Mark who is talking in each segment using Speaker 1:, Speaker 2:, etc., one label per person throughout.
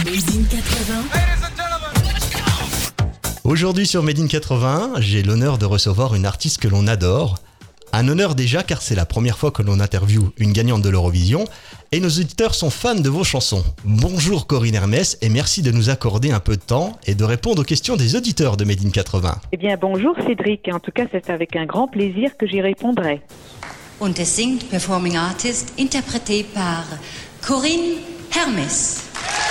Speaker 1: Made in 80.
Speaker 2: Aujourd'hui sur Made in 80, j'ai l'honneur de recevoir une artiste que l'on adore. Un honneur déjà car c'est la première fois que l'on interviewe une gagnante de l'Eurovision et nos auditeurs sont fans de vos chansons. Bonjour Corinne Hermès et merci de nous accorder un peu de temps et de répondre aux questions des auditeurs de Made in 80.
Speaker 3: Eh bien bonjour Cédric, en tout cas c'est avec un grand plaisir que j'y répondrai.
Speaker 4: Und es singt Performing Artist, interprété par Corinne Hermès.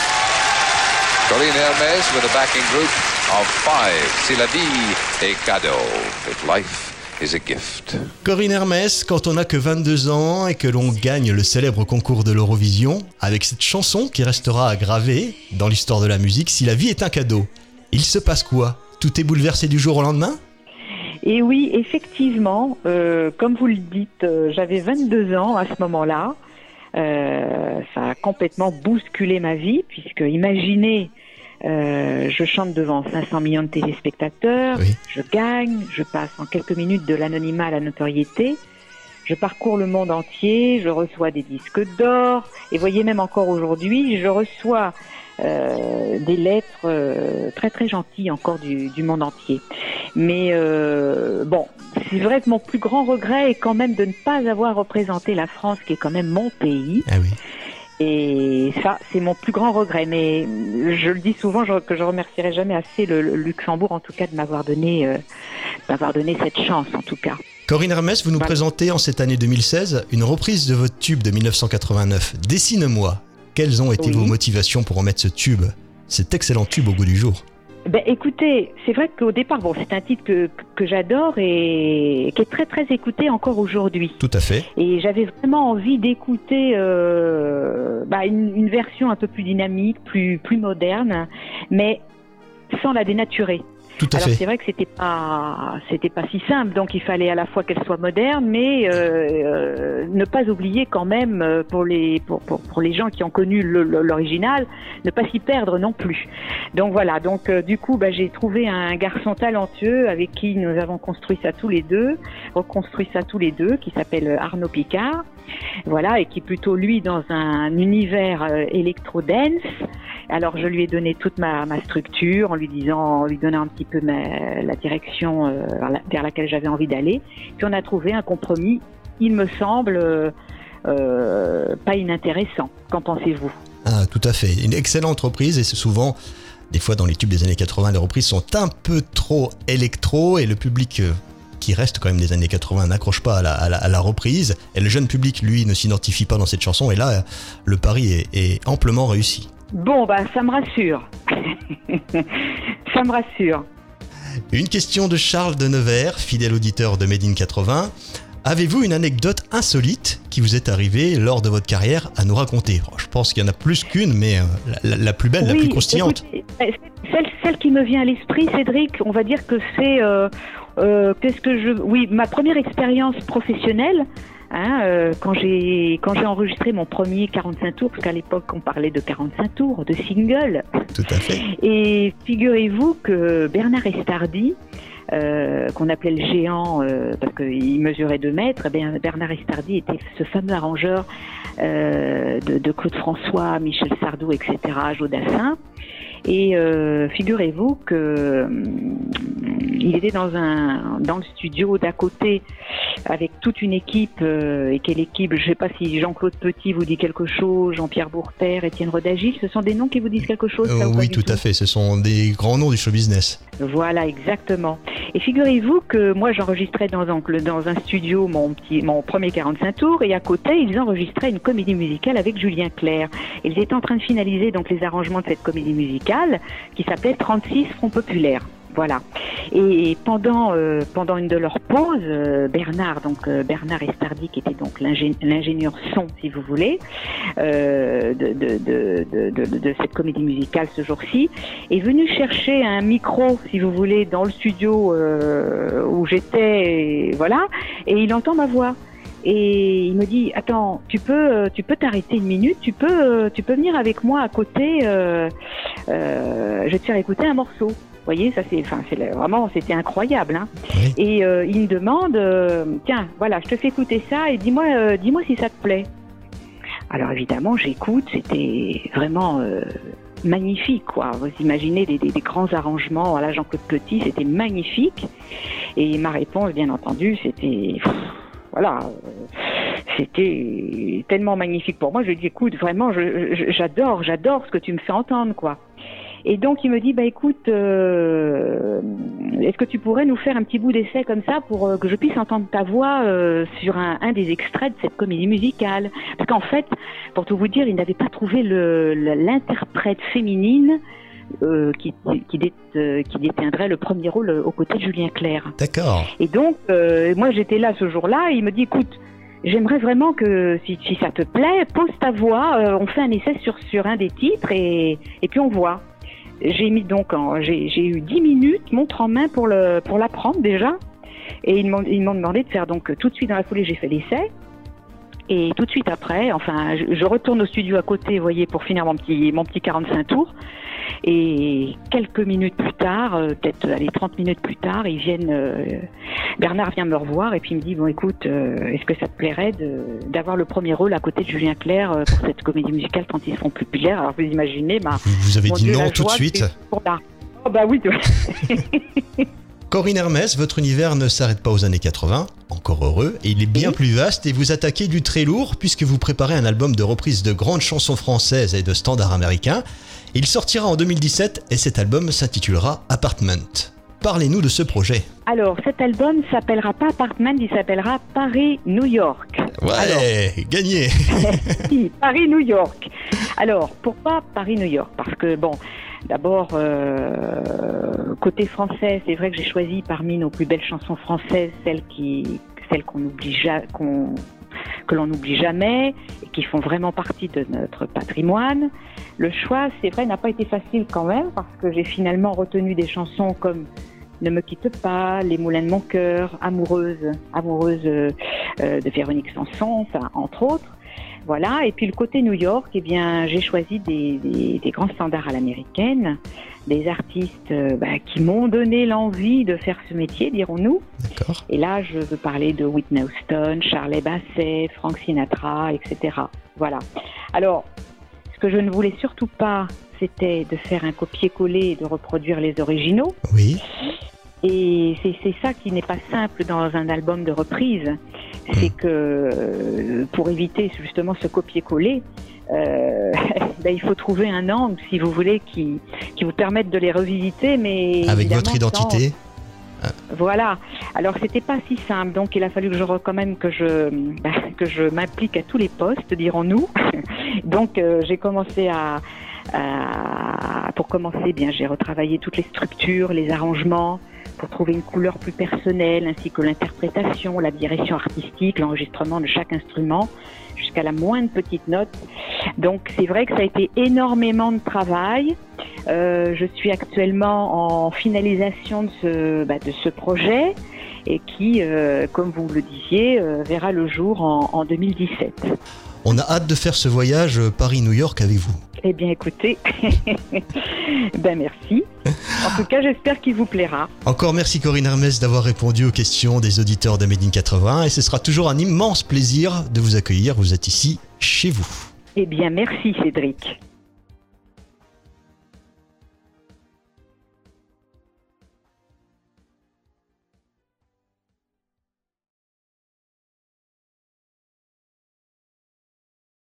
Speaker 5: Corinne Hermès with a backing group of 5. Si la vie est cadeau, if life is a gift.
Speaker 2: Corinne Hermès, quand on n'a que 22 ans et que l'on gagne le célèbre concours de l'Eurovision, avec cette chanson qui restera gravée dans l'histoire de la musique, Si la vie est un cadeau, il se passe quoi ? Tout est bouleversé du jour au lendemain ?
Speaker 3: Et oui, effectivement, comme vous le dites, j'avais 22 ans à ce moment-là. Ça a complètement bousculé ma vie, puisque imaginez, je chante devant 500 millions de téléspectateurs,
Speaker 2: oui.
Speaker 3: Je gagne, je passe en quelques minutes de l'anonymat à la notoriété, je parcours le monde entier, je reçois des disques d'or, et voyez même encore aujourd'hui, je reçois des lettres très très gentilles encore du monde entier. Mais bon, c'est vrai que mon plus grand regret est quand même de ne pas avoir représenté la France, qui est quand même mon pays.
Speaker 2: Ah oui.
Speaker 3: Et ça, c'est mon plus grand regret. Mais je le dis souvent que je remercierai jamais assez le Luxembourg, en tout cas, de m'avoir donné cette chance, en tout cas.
Speaker 2: Corinne Hermès, vous nous présentez en cette année 2016 une reprise de votre tube de 1989, Dessine-moi. Quelles ont été vos motivations pour remettre ce tube, cet excellent tube au goût du jour ?
Speaker 3: Ben, écoutez, c'est vrai qu'au départ, bon, c'est un titre que j'adore et qui est très très écouté encore aujourd'hui.
Speaker 2: Tout à fait.
Speaker 3: Et j'avais vraiment envie d'écouter une version un peu plus dynamique, plus moderne, mais sans la dénaturer.
Speaker 2: Tout à fait.
Speaker 3: C'est vrai que c'était pas si simple, donc il fallait à la fois qu'elle soit moderne, mais ne pas oublier quand même pour les gens qui ont connu l'original, ne pas s'y perdre non plus. Donc voilà, du coup j'ai trouvé un garçon talentueux avec qui nous avons reconstruit ça tous les deux, qui s'appelle Arnaud Picard. Voilà, et qui est plutôt lui dans un univers électro-dance. Alors je lui ai donné toute ma structure en lui donnant un petit peu la direction vers laquelle j'avais envie d'aller. Puis on a trouvé un compromis, il me semble, pas inintéressant. Qu'en pensez-vous ?
Speaker 2: Ah, tout à fait. Une excellente reprise et c'est souvent, des fois dans les tubes des années 80, les reprises sont un peu trop électro et le public qui reste quand même des années 80 n'accroche pas à la reprise et le jeune public lui ne s'identifie pas dans cette chanson et là le pari est amplement réussi.
Speaker 3: Bon ça me rassure. Ça me rassure.
Speaker 2: Une question de Charles de Nevers, fidèle auditeur de Made in 80. Avez-vous une anecdote insolite qui vous est arrivée lors de votre carrière à nous raconter ? Je pense qu'il y en a plus qu'une, mais la plus belle, la plus croustillante.
Speaker 3: Écoutez, celle qui me vient à l'esprit, Cédric, on va dire que c'est ma première expérience professionnelle. Quand j'ai enregistré mon premier 45 tours, parce qu'à l'époque on parlait de 45 tours, de single.
Speaker 2: Tout à fait.
Speaker 3: Et figurez-vous que Bernard Estardi, qu'on appelait le géant parce qu'il mesurait 2 mètres, Bernard Estardi était ce fameux arrangeur de Claude François, Michel Sardou, etc., Jodassin. Et figurez-vous que il était dans le studio d'à côté avec toute une équipe, et quelle équipe, je ne sais pas si Jean-Claude Petit vous dit quelque chose, Jean-Pierre Bourter, Étienne Rodagil, ce sont des noms qui vous disent quelque chose ça,
Speaker 2: oui, tout à fait, ce sont des grands noms du show business.
Speaker 3: Voilà, exactement. Et figurez-vous que moi j'enregistrais dans un studio mon premier 45 tours et à côté ils enregistraient une comédie musicale avec Julien Clerc. Ils étaient en train de finaliser donc les arrangements de cette comédie musicale qui s'appelait 36 Front Populaire. Voilà. Et pendant une de leurs pauses, Bernard Estardi, qui était donc l'ingénieur son, si vous voulez, de cette comédie musicale ce jour-ci, est venu chercher un micro, si vous voulez, dans le studio où j'étais, et voilà, et il entend ma voix. Et il me dit, attends, tu peux t'arrêter une minute, tu peux venir avec moi à côté, je vais te faire écouter un morceau. Vous voyez, ça c'était incroyable, hein.
Speaker 2: Oui.
Speaker 3: Et il me demande, tiens, voilà, je te fais écouter ça et dis-moi si ça te plaît. Alors évidemment, j'écoute, c'était vraiment magnifique, quoi. Vous imaginez des grands arrangements à la Jean-Claude Petit, c'était magnifique. Et ma réponse, bien entendu, c'était... c'était tellement magnifique pour moi. Je lui ai dit, écoute, vraiment, j'adore ce que tu me fais entendre, quoi. Et donc il me dit, écoute, est-ce que tu pourrais nous faire un petit bout d'essai comme ça pour que je puisse entendre ta voix sur un des extraits de cette comédie musicale? Parce qu'en fait, pour tout vous dire, il n'avait pas trouvé l'interprète féminine qui détiendrait le premier rôle aux côtés de Julien Clerc.
Speaker 2: D'accord.
Speaker 3: Et donc, moi j'étais là ce jour-là, et il me dit, écoute, j'aimerais vraiment que, si ça te plaît, pose ta voix, on fait un essai sur un des titres, et puis on voit. J'ai eu 10 minutes, montre en main pour l'apprendre déjà, et ils m'ont demandé de faire, donc tout de suite dans la foulée, j'ai fait l'essai. Et tout de suite après, enfin, je retourne au studio à côté, vous voyez, pour finir mon petit 45 tours. Et quelques minutes plus tard, peut-être 30 minutes plus tard, Bernard vient me revoir et puis il me dit, bon écoute, est-ce que ça te plairait d'avoir le premier rôle à côté de Julien Clerc pour cette comédie musicale quand ils seront populaires? Alors vous imaginez
Speaker 2: Vous avez dit non tout de suite?
Speaker 3: Oh bah oui.
Speaker 2: Corinne Hermès, votre univers ne s'arrête pas aux années 80, encore heureux, et il est bien plus vaste, et vous attaquez du très lourd puisque vous préparez un album de reprises de grandes chansons françaises et de standards américains. Il sortira en 2017 et cet album s'intitulera Apartment. Parlez-nous de ce projet.
Speaker 3: Alors, cet album s'appellera pas Apartment, il s'appellera Paris-New York.
Speaker 2: Ouais, gagné.
Speaker 3: Paris-New York. Alors, pourquoi Paris-New York? Parce que, bon, d'abord, côté français, c'est vrai que j'ai choisi parmi nos plus belles chansons françaises celles que l'on n'oublie jamais et qui font vraiment partie de notre patrimoine. Le choix, c'est vrai, n'a pas été facile quand même parce que j'ai finalement retenu des chansons comme Ne me quitte pas, Les moulins de mon cœur, Amoureuse de Véronique Sanson, entre autres. Voilà, et puis le côté New York, eh bien, j'ai choisi des grands standards à l'américaine, des artistes qui m'ont donné l'envie de faire ce métier, dirons-nous.
Speaker 2: D'accord.
Speaker 3: Et là, je veux parler de Whitney Houston, Shirley Bassey, Frank Sinatra, etc. Voilà. Alors, ce que je ne voulais surtout pas, c'était de faire un copier-coller et de reproduire les originaux.
Speaker 2: Oui.
Speaker 3: Et c'est ça qui n'est pas simple dans un album de reprise. C'est que pour éviter justement ce copier-coller, il faut trouver un angle, si vous voulez, qui vous permette de les revisiter, mais
Speaker 2: avec votre identité.
Speaker 3: Voilà. Alors c'était pas si simple, donc il a fallu que je m'implique à tous les postes, dirons-nous. Donc j'ai commencé pour commencer, j'ai retravaillé toutes les structures, les arrangements, pour trouver une couleur plus personnelle, ainsi que l'interprétation, la direction artistique, l'enregistrement de chaque instrument, jusqu'à la moindre petite note. Donc c'est vrai que ça a été énormément de travail. Je suis actuellement en finalisation de ce projet et qui, comme vous le disiez, verra le jour en 2017.
Speaker 2: On a hâte de faire ce voyage Paris-New York avec vous.
Speaker 3: Eh bien écoutez, merci. En tout cas, j'espère qu'il vous plaira.
Speaker 2: Encore merci Corinne Hermès d'avoir répondu aux questions des auditeurs de Made in 80 et ce sera toujours un immense plaisir de vous accueillir. Vous êtes ici, chez vous.
Speaker 3: Eh bien merci Cédric.